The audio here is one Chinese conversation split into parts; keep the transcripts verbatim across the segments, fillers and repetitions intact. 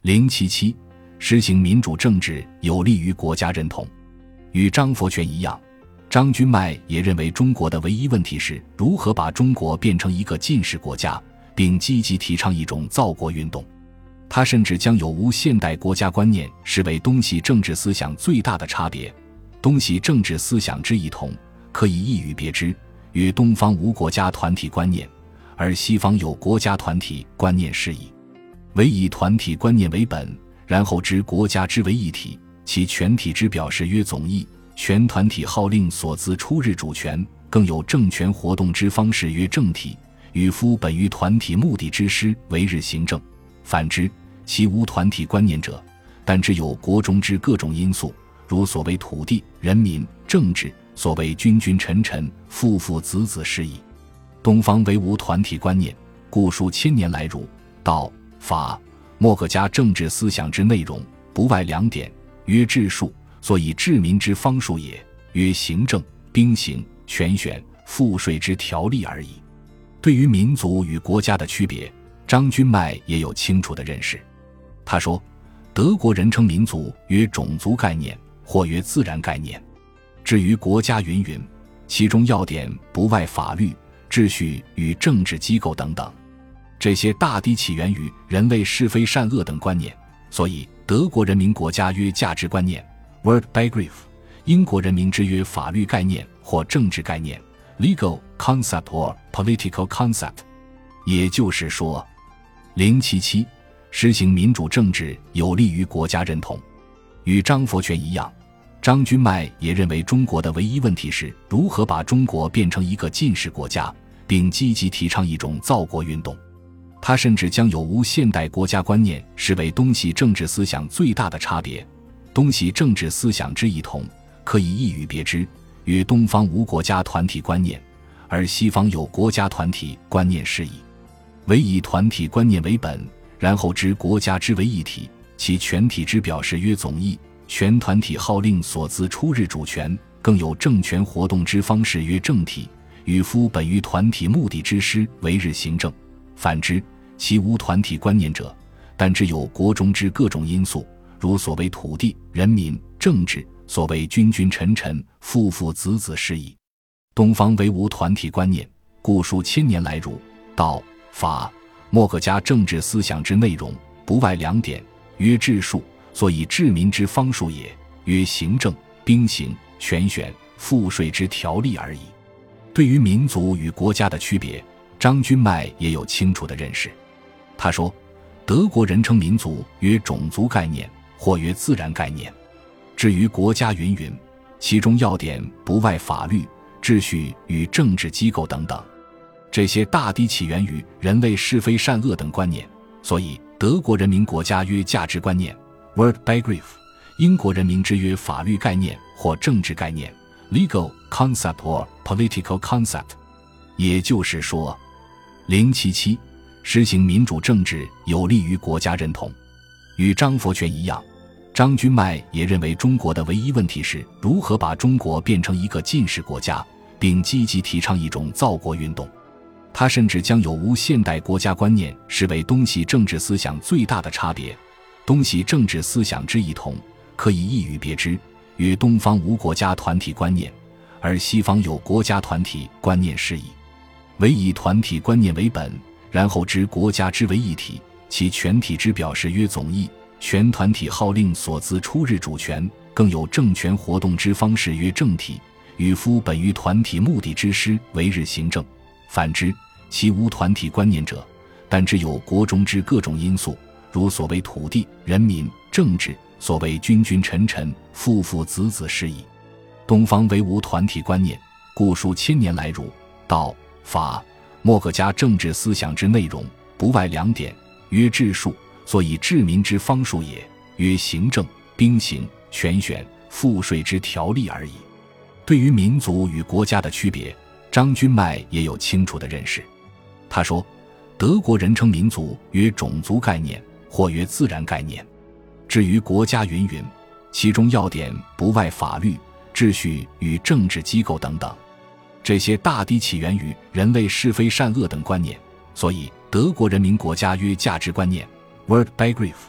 零七七实行民主政治有利于国家认同。与张佛泉一样，张君迈也认为中国的唯一问题是如何把中国变成一个近世国家，并积极提倡一种造国运动。他甚至将有无现代国家观念视为东西政治思想最大的差别，东西政治思想之异同，可以一语别之，曰东方无国家团体观念，而西方有国家团体观念是矣。唯以团体观念为本，然后知国家之为一体，其全体之表示曰总义，全团体号令所资出日主权，更有政权活动之方式曰政体，与夫本于团体目的之师为日行政。反之，其无团体观念者，但只有国中之各种因素，如所谓土地、人民、政治，所谓君君臣臣、父父子子是矣。东方唯无团体观念，故数千年来儒、道、法、墨各家政治思想之内容，不外两点，曰治术，所以治民之方术也；曰行政、兵刑、权选、赋税之条例而已。对于民族与国家的区别，张君迈也有清楚的认识。他说，德国人称民族曰种族概念，或曰自然概念。至于国家云云，其中要点不外法律、秩序与政治机构等等。这些大抵起源于人类是非善恶等观念，所以德国人民国家曰价值观念 Wertbegriff， 英国人民之曰法律概念或政治概念 Legal concept or political concept。 也就是说，零七七实行民主政治有利于国家认同。与张佛泉一样，张君迈也认为中国的唯一问题是如何把中国变成一个近世国家，并积极提倡一种造国运动。他甚至将有无现代国家观念视为东西政治思想最大的差别，东西政治思想之异同，可以一语别之，曰东方无国家团体观念，而西方有国家团体观念是矣。唯以团体观念为本，然后知国家之为一体，其全体之表示曰总义，全团体号令所资出日主权，更有政权活动之方式曰政体，与夫本于团体目的之师为日行政。反之，其无团体观念者，但只有国中之各种因素，如所谓土地、人民、政治，所谓君君臣臣、父父子子是矣。东方唯无团体观念，故数千年来儒、道、法、墨各家政治思想之内容，不外两点，曰治术，所以治民之方术也；曰行政、兵刑、权选、赋税之条例而已。对于民族与国家的区别，张君迈也有清楚的认识。他说，德国人称民族曰种族概念，或曰自然概念。至于国家云云，其中要点不外法律、秩序与政治机构等等。这些大抵起源于人类是非善恶等观念，所以德国人民国家曰价值观念 Wertbegriff， 英国人民之曰法律概念或政治概念 Legal concept or political concept。 也就是说，零七七实行民主政治有利于国家认同。与张佛泉一样，张君迈也认为中国的唯一问题是如何把中国变成一个近世国家，并积极提倡一种造国运动。他甚至将有无现代国家观念视为东西政治思想最大的差别，东西政治思想之异同，可以一语别之，曰东方无国家团体观念，而西方有国家团体观念是矣。唯以团体观念为本，然后知国家之为一体，其全体之表示曰总义，全团体号令所资出日主权，更有政权活动之方式曰政体，与夫本于团体目的之师为日行政。反之，其无团体观念者，但只有国中之各种因素，如所谓土地、人民、政治，所谓君君臣臣、父父子子是矣。东方唯无团体观念，故数千年来儒、道、法、墨各家政治思想之内容，不外两点，曰治术，所以治民之方术也；曰行政、兵刑、权选、赋税之条例而已。对于民族与国家的区别，张君迈也有清楚的认识。他说，德国人称民族曰种族概念，或曰自然概念。至于国家云云，其中要点不外法律、秩序与政治机构等等。这些大抵起源于人类是非善恶等观念，所以德国人民国家曰价值观念 Wertbegriff，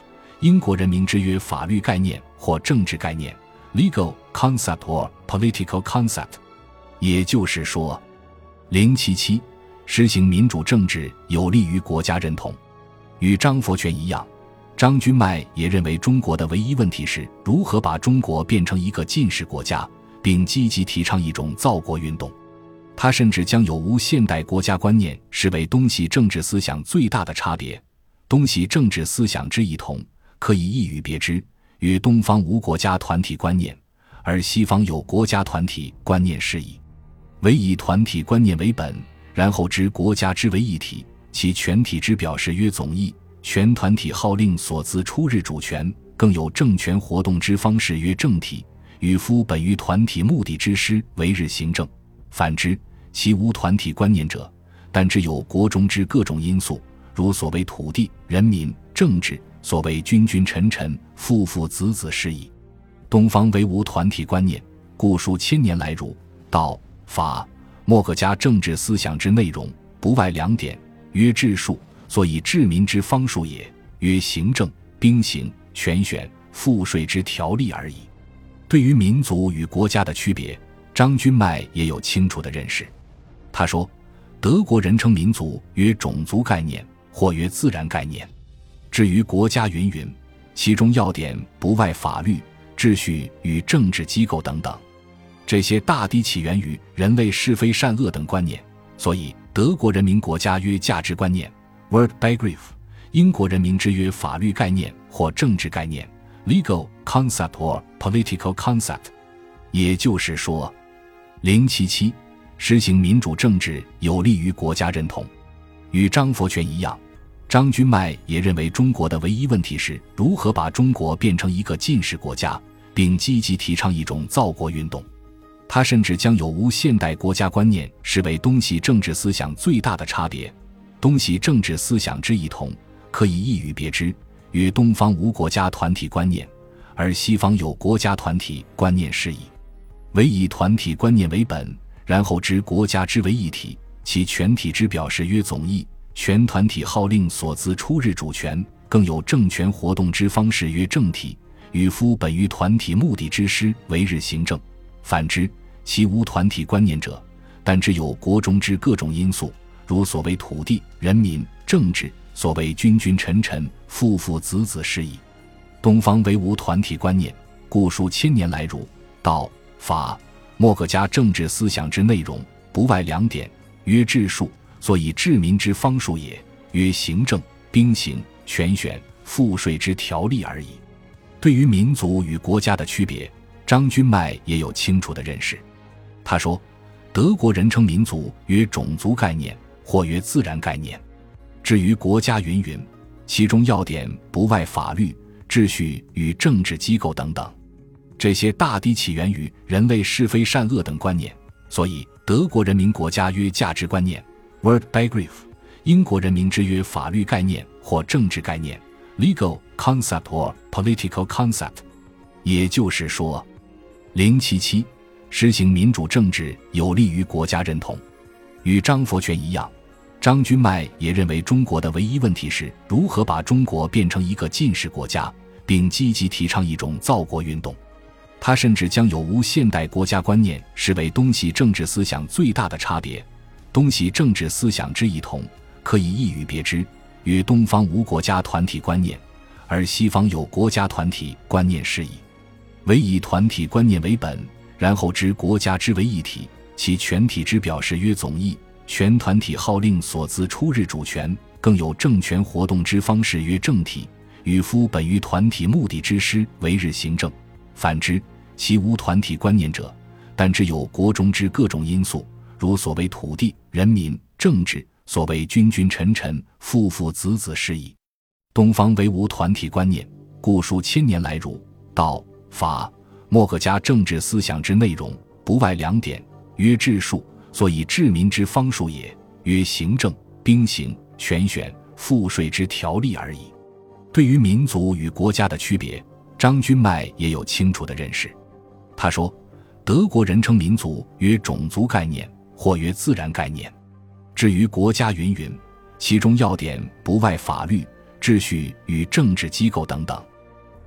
英国人民之曰法律概念或政治概念 legal concept or political concept。 也就是说，零七七实行民主政治有利于国家认同。与张佛泉一样，张君迈也认为中国的唯一问题是如何把中国变成一个近世国家，并积极提倡一种造国运动。他甚至将有无现代国家观念视为东西政治思想最大的差别。东西政治思想之异同，可以一语别之，曰东方无国家团体观念，而西方有国家团体观念是矣。唯以团体观念为本，然后知国家之为一体，其全体之表示曰总义，全团体号令所资出日主权，更有政权活动之方式曰政体，与夫本于团体目的之师为日行政。反之，其无团体观念者，但只有国中之各种因素，如所谓土地、人民、政治，所谓君君臣臣、父父子子是矣。东方唯无团体观念，故数千年来儒、道、法、墨各家政治思想之内容，不外两点，曰治术，所以治民之方术也；曰行政、兵刑、权选、赋税之条例而已。对于民族与国家的区别，张君迈也有清楚的认识。他说，德国人称民族曰种族概念，或曰自然概念。至于国家云云，其中要点不外法律、秩序与政治机构等等。这些大抵起源于人类是非善恶等观念，所以德国人民国家曰价值观念 Wertbegriff， 英国人民之曰法律概念或政治概念 legal concept or political concept。 也就是说，零七七实行民主政治有利于国家认同。与张佛泉一样，张君迈也认为中国的唯一问题是如何把中国变成一个近世国家，并积极提倡一种造国运动。他甚至将有无现代国家观念视为东西政治思想最大的差别。东西政治思想之异同，可以一语别之，曰东方无国家团体观念，而西方有国家团体观念是矣。唯以团体观念为本，然后知国家之为一体，其全体之表示曰总义，全团体号令所资出日主权，更有政权活动之方式曰政体，与夫本于团体目的之师为日行政。反之，其无团体观念者，但只有国中之各种因素，如所谓土地、人民、政治，所谓君君臣臣、父父子子是矣。东方唯无团体观念，故数千年来儒、道、法、墨各家政治思想之内容，不外两点，曰治术，所以治民之方术也；曰行政、兵刑、权选、赋税之条例而已。对于民族与国家的区别，张君迈也有清楚的认识。他说，德国人称民族曰种族概念，或曰自然概念。至于国家云云，其中要点不外法律、秩序与政治机构等等。这些大抵起源于人类是非善恶等观念，所以德国人民国家曰价值观念 Wertbegriff， 英国人民之曰法律概念或政治概念 legal concept or political concept。 也就是说，零七七实行民主政治有利于国家认同。与张佛泉一样，张君迈也认为中国的唯一问题是如何把中国变成一个近世国家，并积极提倡一种造国运动。他甚至将有无现代国家观念视为东西政治思想最大的差别。东西政治思想之异同，可以一语别之，曰东方无国家团体观念，而西方有国家团体观念是矣。唯以团体观念为本，然后知国家之为一体，其全体之表示曰总义，全团体号令所资出日主权，更有政权活动之方式曰政体，与夫本于团体目的之师为日行政。反之，其无团体观念者，但只有国中之各种因素，如所谓土地、人民、政治，所谓君君臣臣、父父子子是矣。东方唯无团体观念，故数千年来儒、道、法、墨各家政治思想之内容，不外两点，曰治术，所以治民之方术也；曰行政、兵刑、权选、赋税之条例而已。对于民族与国家的区别，张君迈也有清楚的认识。他说，德国人称民族曰种族概念，或曰自然概念。至于国家云云，其中要点不外法律、秩序与政治机构等等。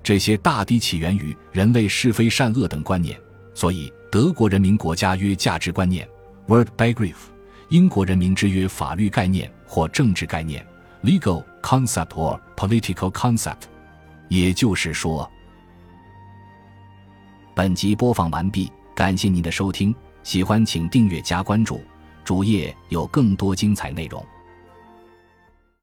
这些大抵起源于人类是非善恶等观念，所以德国人民国家约价值观念 Wertbegriff， 英国人民之约法律概念或政治概念 Legal concept or political concept。 也就是说，本集播放完毕，感谢您的收听，喜欢请订阅加关注，主页有更多精彩内容。